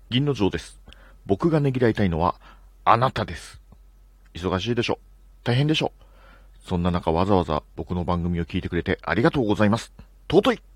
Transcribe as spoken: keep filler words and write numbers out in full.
銀の城です。僕がねぎらいたいのは、あなたです。忙しいでしょ。大変でしょ。そんな中わざわざ僕の番組を聞いてくれてありがとうございます。尊い。